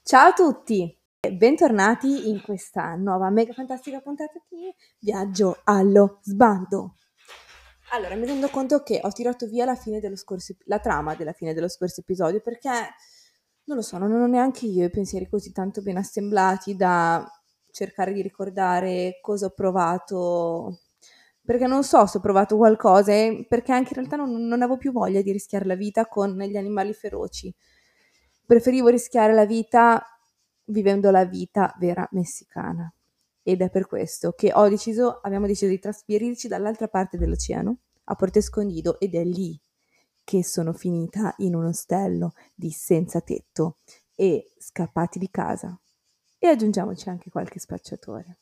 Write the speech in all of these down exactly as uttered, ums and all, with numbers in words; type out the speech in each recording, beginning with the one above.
Ciao a tutti e bentornati in questa nuova mega fantastica puntata di Viaggio allo sbando. Allora, mi rendo conto che ho tirato via la fine dello scorso ep- la trama della fine dello scorso episodio perché non lo so, non ho neanche io i pensieri così tanto ben assemblati da cercare di ricordare cosa ho provato. Perché non so se ho provato qualcosa, e perché anche in realtà non, non avevo più voglia di rischiare la vita con gli animali feroci. Preferivo rischiare la vita vivendo la vita vera messicana. Ed è per questo che ho deciso, abbiamo deciso di trasferirci dall'altra parte dell'oceano, a Porto Escondido, ed è lì che sono finita in un ostello di senza tetto e scappati di casa. E aggiungiamoci anche qualche spacciatore.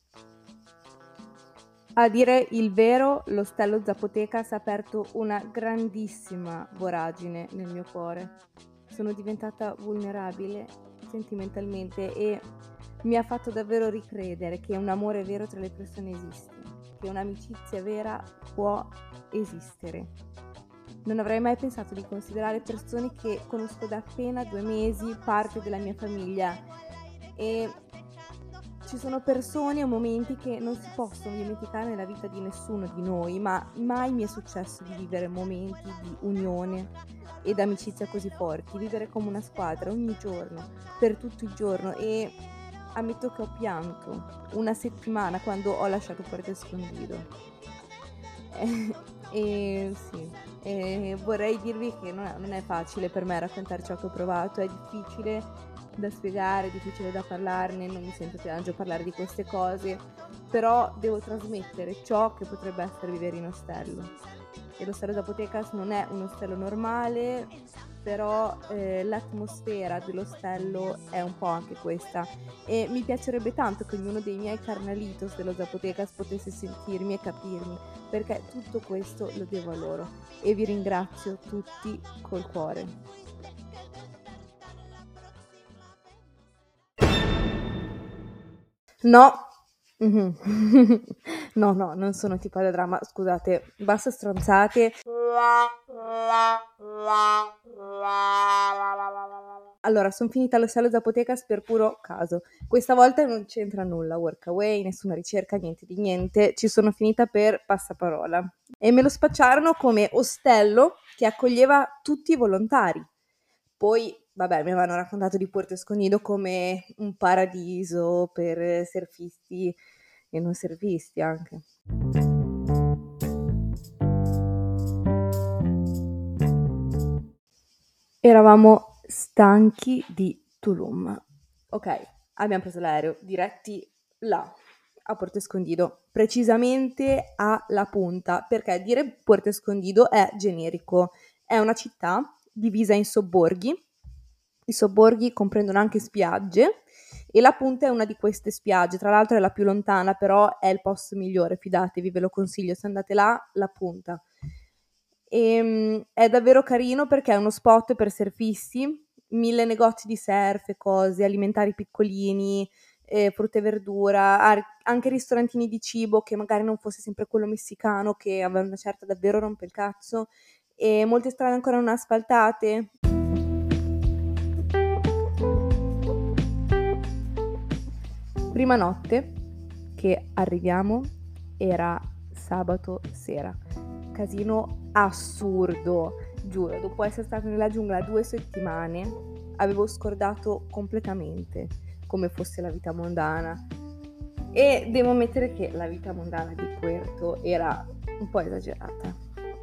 A dire il vero, l'ostello Zapotecas ha aperto una grandissima voragine nel mio cuore. Sono diventata vulnerabile sentimentalmente e mi ha fatto davvero ricredere che un amore vero tra le persone esiste, che un'amicizia vera può esistere. Non avrei mai pensato di considerare persone che conosco da appena due mesi parte della mia famiglia e ci sono persone o momenti che non si possono dimenticare nella vita di nessuno di noi, ma mai mi è successo di vivere momenti di unione ed amicizia così forti, vivere come una squadra ogni giorno, per tutto il giorno. E ammetto che ho pianto una settimana quando ho lasciato Porto Escondido. Eh, e sì, e vorrei dirvi che non è, non è facile per me raccontare ciò che ho provato, è difficile da spiegare, è difficile da parlarne, non mi sento più a agio a parlare di queste cose, però devo trasmettere ciò che potrebbe essere vivere in ostello. E l'ostello Zapotecas non è un ostello normale, però eh, l'atmosfera dell'ostello è un po' anche questa. E mi piacerebbe tanto che ognuno dei miei carnalitos dello Zapotecas potesse sentirmi e capirmi, perché tutto questo lo devo a loro. E vi ringrazio tutti col cuore. No. Mhm. No, no, non sono tipo da dramma, scusate, basta stronzate. Allora, sono finita all'Ostello Zapotecas per puro caso. Questa volta non c'entra nulla, workaway, nessuna ricerca, niente di niente. Ci sono finita per passaparola. E me lo spacciarono come ostello che accoglieva tutti i volontari. Poi, vabbè, mi avevano raccontato di Puerto Escondido come un paradiso per surfisti e non surfisti anche. Eravamo stanchi di Tulum. Ok, abbiamo preso l'aereo diretti là, a Porto Escondido, precisamente a La Punta, perché dire Porto Escondido è generico. È una città divisa in sobborghi. I sobborghi comprendono anche spiagge e La Punta è una di queste spiagge. Tra l'altro è la più lontana, però è il posto migliore, fidatevi, ve lo consiglio. Se andate là, La Punta. E, è davvero carino perché è uno spot per surfisti, mille negozi di surf e cose, alimentari piccolini, eh, frutta e verdura, ar- anche ristorantini di cibo che magari non fosse sempre quello messicano che aveva una certa davvero rompe il cazzo, e molte strade ancora non asfaltate. Prima notte che arriviamo era sabato sera. Casino assurdo, giuro, dopo essere stata nella giungla due settimane avevo scordato completamente come fosse la vita mondana. E devo ammettere che la vita mondana di Puerto era un po' esagerata.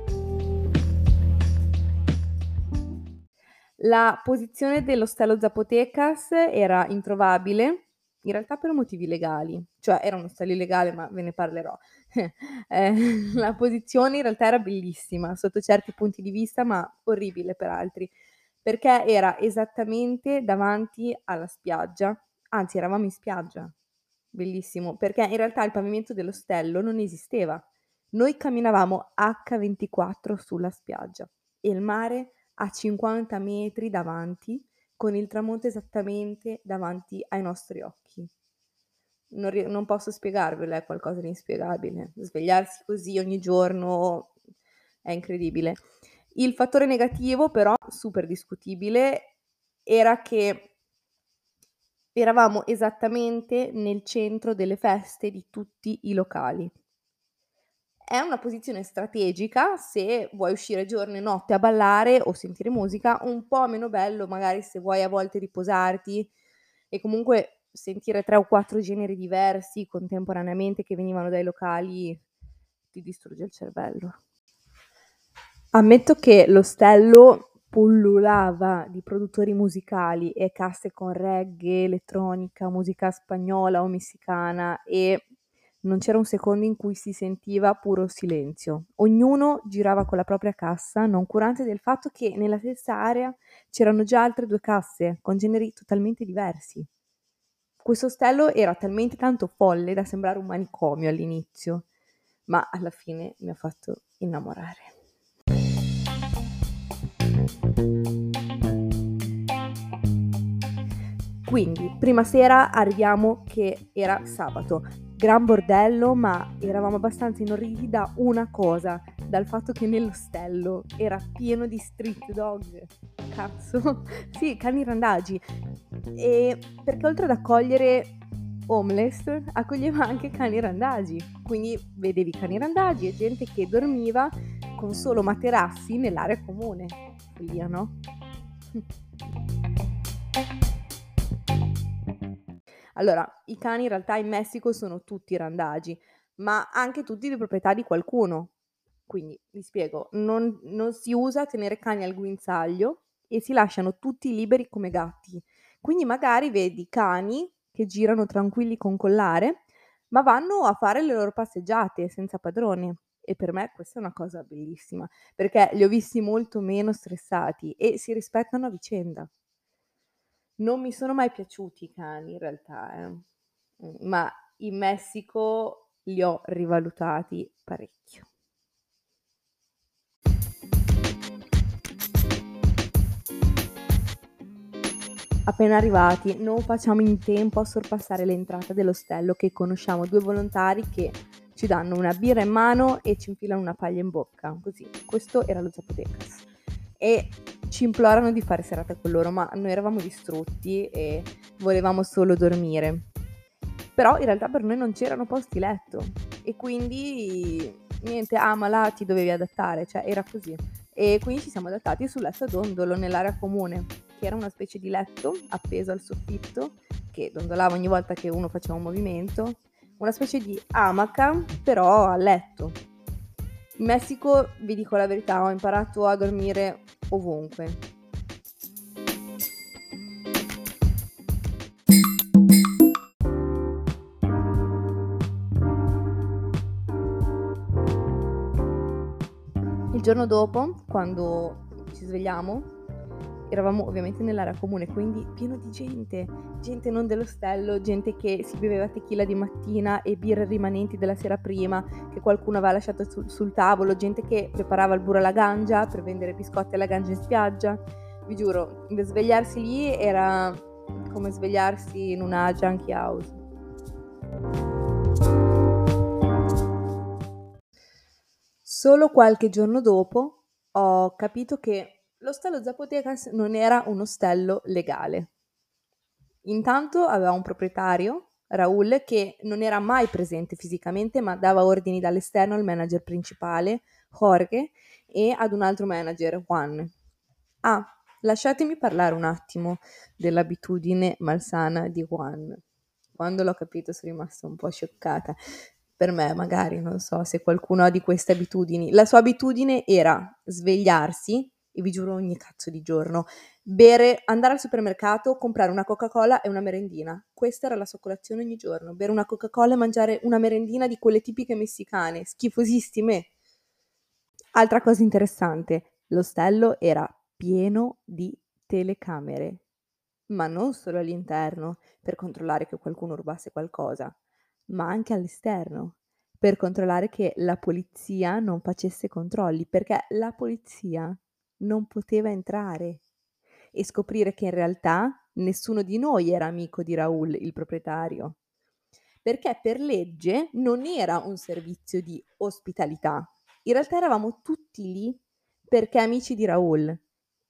La posizione dell'ostello Zapotecas era introvabile, in realtà per motivi legali, cioè era un ostello illegale, ma ve ne parlerò. Eh, la posizione in realtà era bellissima sotto certi punti di vista, ma orribile per altri, perché era esattamente davanti alla spiaggia, anzi eravamo in spiaggia, bellissimo, perché in realtà il pavimento dell'ostello non esisteva. Noi camminavamo acca ventiquattro sulla spiaggia e il mare a cinquanta metri davanti, con il tramonto esattamente davanti ai nostri occhi. Non, ri- non posso spiegarvelo, è qualcosa di inspiegabile. Svegliarsi così ogni giorno è incredibile. Il fattore negativo, però, super discutibile, era che Eravamo esattamente nel centro delle feste di tutti i locali. È una posizione strategica se vuoi uscire giorno e notte a ballare o sentire musica, un po' meno bello magari se vuoi a volte riposarti e comunque sentire tre o quattro generi diversi contemporaneamente che venivano dai locali ti distrugge il cervello. Ammetto che l'ostello pullulava di produttori musicali e casse con reggae, elettronica, musica spagnola o messicana e non c'era un secondo in cui si sentiva puro silenzio. Ognuno girava con la propria cassa, non curante del fatto che nella stessa area c'erano già altre due casse con generi totalmente diversi. Questo ostello era talmente tanto folle da sembrare un manicomio all'inizio, ma alla fine mi ha fatto innamorare. Quindi, prima sera arriviamo che era sabato. Gran bordello, ma eravamo abbastanza inorriditi da una cosa, dal fatto che nell'ostello era pieno di street dog. Cazzo, sì, cani randagi. E perché oltre ad accogliere homeless, accoglieva anche cani randagi. Quindi vedevi cani randagi e gente che dormiva con solo materassi nell'area comune. Follia, no? Allora, i cani in realtà in Messico sono tutti randagi, ma anche tutti di proprietà di qualcuno. Quindi, vi spiego, non, non si usa tenere cani al guinzaglio e si lasciano tutti liberi come gatti. Quindi magari vedi cani che girano tranquilli con collare, ma vanno a fare le loro passeggiate senza padrone. E per me questa è una cosa bellissima, perché li ho visti molto meno stressati e si rispettano a vicenda. Non mi sono mai piaciuti i cani in realtà, eh. Mhmm, ma in Messico li ho rivalutati parecchio. Appena arrivati, non facciamo in tempo a sorpassare l'entrata dell'ostello che conosciamo due volontari che ci danno una birra in mano e ci infilano una paglia in bocca, così. Questo era lo Zapotecas. E ci implorano di fare serata con loro, ma noi eravamo distrutti e volevamo solo dormire. Però in realtà per noi non c'erano posti letto e quindi niente, ah, ma là ti dovevi adattare, cioè era così. E quindi ci siamo adattati sul letto a dondolo nell'area comune, che era una specie di letto appeso al soffitto che dondolava ogni volta che uno faceva un movimento, una specie di amaca però a letto. In Messico, vi dico la verità, ho imparato a dormire ovunque. Il giorno dopo, quando ci svegliamo, eravamo ovviamente nell'area comune, quindi pieno di gente, gente non dell'ostello, gente che si beveva tequila di mattina e birre rimanenti della sera prima, che qualcuno aveva lasciato sul, sul tavolo, gente che preparava il burro alla gangia per vendere biscotti alla gangia in spiaggia. Vi giuro, svegliarsi lì era come svegliarsi in una junkie house. Solo qualche giorno dopo ho capito che l'ostello Zapotecas non era un ostello legale. Intanto aveva un proprietario, Raul, che non era mai presente fisicamente, ma dava ordini dall'esterno al manager principale, Jorge, e ad un altro manager, Juan. Ah, lasciatemi parlare un attimo dell'abitudine malsana di Juan. Quando l'ho capito sono rimasta un po' scioccata. Per me, magari, non so se qualcuno ha di queste abitudini. La sua abitudine era svegliarsi, e vi giuro ogni cazzo di giorno, bere, andare al supermercato, comprare una Coca-Cola e una merendina. Questa era la sua colazione ogni giorno, bere una Coca-Cola e mangiare una merendina di quelle tipiche messicane, schifosissime. Altra cosa interessante, l'ostello era pieno di telecamere, ma non solo all'interno per controllare che qualcuno rubasse qualcosa, ma anche all'esterno per controllare che la polizia non facesse controlli, perché la polizia non poteva entrare e scoprire che in realtà nessuno di noi era amico di Raul, il proprietario, perché per legge non era un servizio di ospitalità. In realtà eravamo tutti lì perché amici di Raul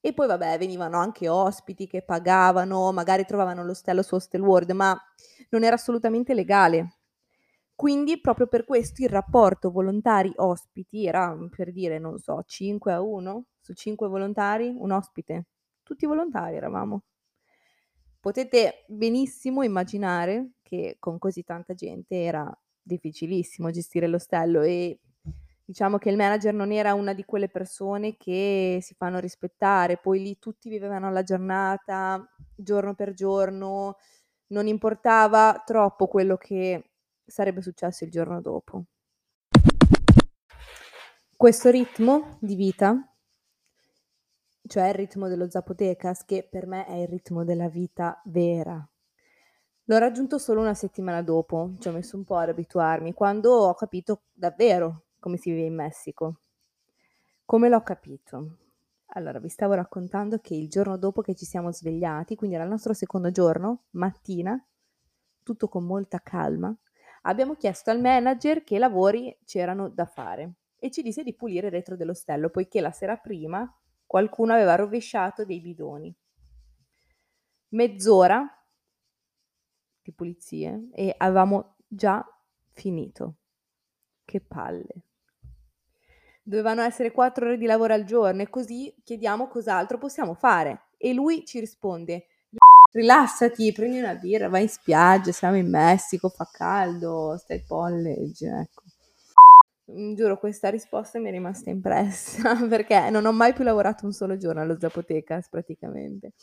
E poi vabbè, venivano anche ospiti che pagavano, magari trovavano l'ostello su Hostelworld, ma non era assolutamente legale. Quindi proprio per questo il rapporto volontari-ospiti era, mhmm, per dire, non so, cinque a uno? Su cinque volontari, un ospite. Tutti volontari eravamo. Potete benissimo immaginare che con così tanta gente era difficilissimo gestire l'ostello e diciamo che il manager non era una di quelle persone che si fanno rispettare, poi lì tutti vivevano la giornata, giorno per giorno, non importava troppo quello che sarebbe successo il giorno dopo. Questo ritmo di vita, cioè il ritmo dello Zapotecas, che per me è il ritmo della vita vera, l'ho raggiunto solo una settimana dopo, ci ho messo un po' ad abituarmi, quando ho capito davvero come si vive in Messico. Come l'ho capito? Allora, vi stavo raccontando che il giorno dopo che ci siamo svegliati, quindi era il nostro secondo giorno, mattina, tutto con molta calma, abbiamo chiesto al manager che lavori c'erano da fare e ci disse di pulire il retro dell'ostello, poiché la sera prima qualcuno aveva rovesciato dei bidoni. Mezz'ora di pulizie e avevamo già finito. Che palle. Dovevano essere quattro ore di lavoro al giorno e così chiediamo cos'altro possiamo fare. E lui ci risponde: rilassati, prendi una birra, vai in spiaggia, siamo in Messico, fa caldo, stai al college, ecco. Mm, Giuro, questa risposta mi è rimasta impressa perché non ho mai più lavorato un solo giorno allo Zapotecas praticamente.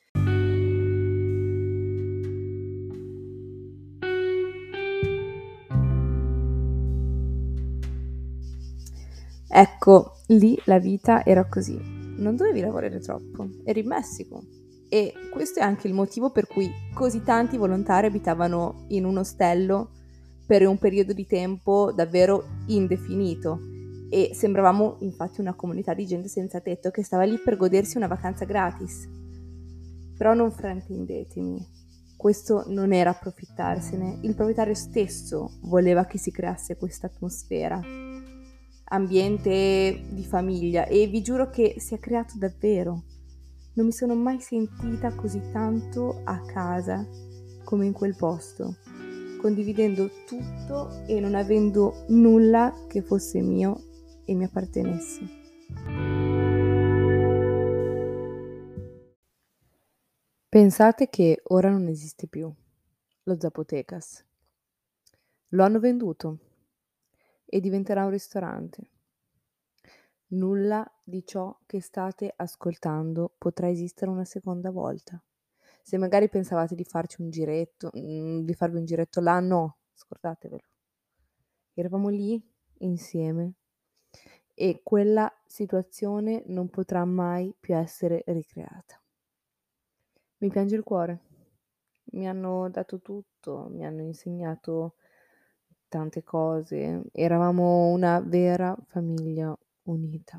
Ecco, lì la vita era così. Non dovevi lavorare troppo, eri in Messico. E questo è anche il motivo per cui così tanti volontari abitavano in un ostello per un periodo di tempo davvero indefinito. E sembravamo infatti una comunità di gente senza tetto che stava lì per godersi una vacanza gratis. Però non fraintendetemi, questo non era approfittarsene, il proprietario stesso voleva che si creasse questa atmosfera, ambiente di famiglia, e vi giuro che si è creato davvero. Non mi sono mai sentita così tanto a casa come in quel posto, condividendo tutto e non avendo nulla che fosse mio e mi appartenesse. Pensate che ora non esiste più lo Zapotecas. Lo hanno venduto e diventerà un ristorante. Nulla di ciò che state ascoltando potrà esistere una seconda volta. Se magari pensavate di farci un giretto, mm, di farvi un giretto là, no, scordatevelo. Eravamo lì insieme e quella situazione non potrà mai più essere ricreata. Mi piange il cuore. Mi hanno dato tutto, mi hanno insegnato tante cose. Eravamo una vera famiglia unita.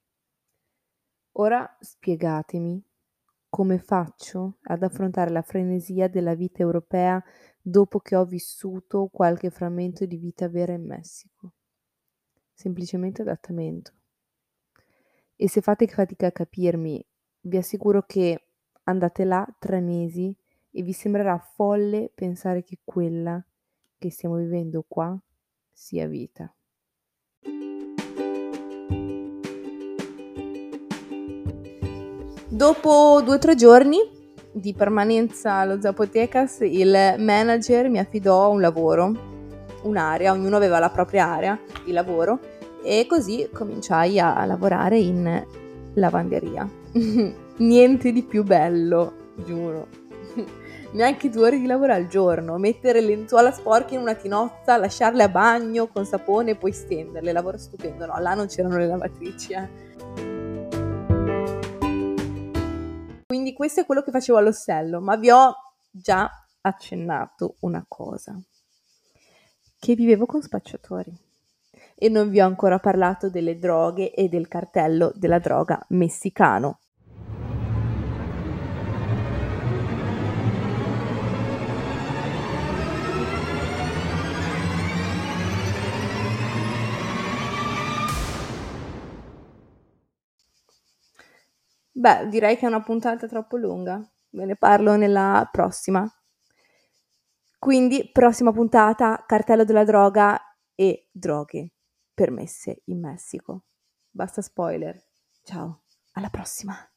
Ora spiegatemi come faccio ad affrontare la frenesia della vita europea dopo che ho vissuto qualche frammento di vita vera in Messico. Semplicemente adattamento. E se fate fatica a capirmi, vi assicuro che andate là tre mesi e vi sembrerà folle pensare che quella che stiamo vivendo qua sia vita. Dopo due o tre giorni di permanenza allo Zapotecas, il manager mi affidò un lavoro, un'area, ognuno aveva la propria area di lavoro e così cominciai a lavorare in lavanderia. Niente di più bello, giuro. Neanche due ore di lavoro al giorno, mettere lenzuola sporche in una tinozza, lasciarle a bagno con sapone e poi stenderle, lavoro stupendo. No, là non c'erano le lavatrici, eh. Quindi questo è quello che facevo all'ostello, ma vi ho già accennato una cosa, che vivevo con spacciatori e non vi ho ancora parlato delle droghe e del cartello della droga messicano. Beh, direi che è una puntata troppo lunga. Ve ne parlo nella prossima. Quindi, prossima puntata, cartello della droga e droghe permesse in Messico. Basta spoiler. Ciao, alla prossima.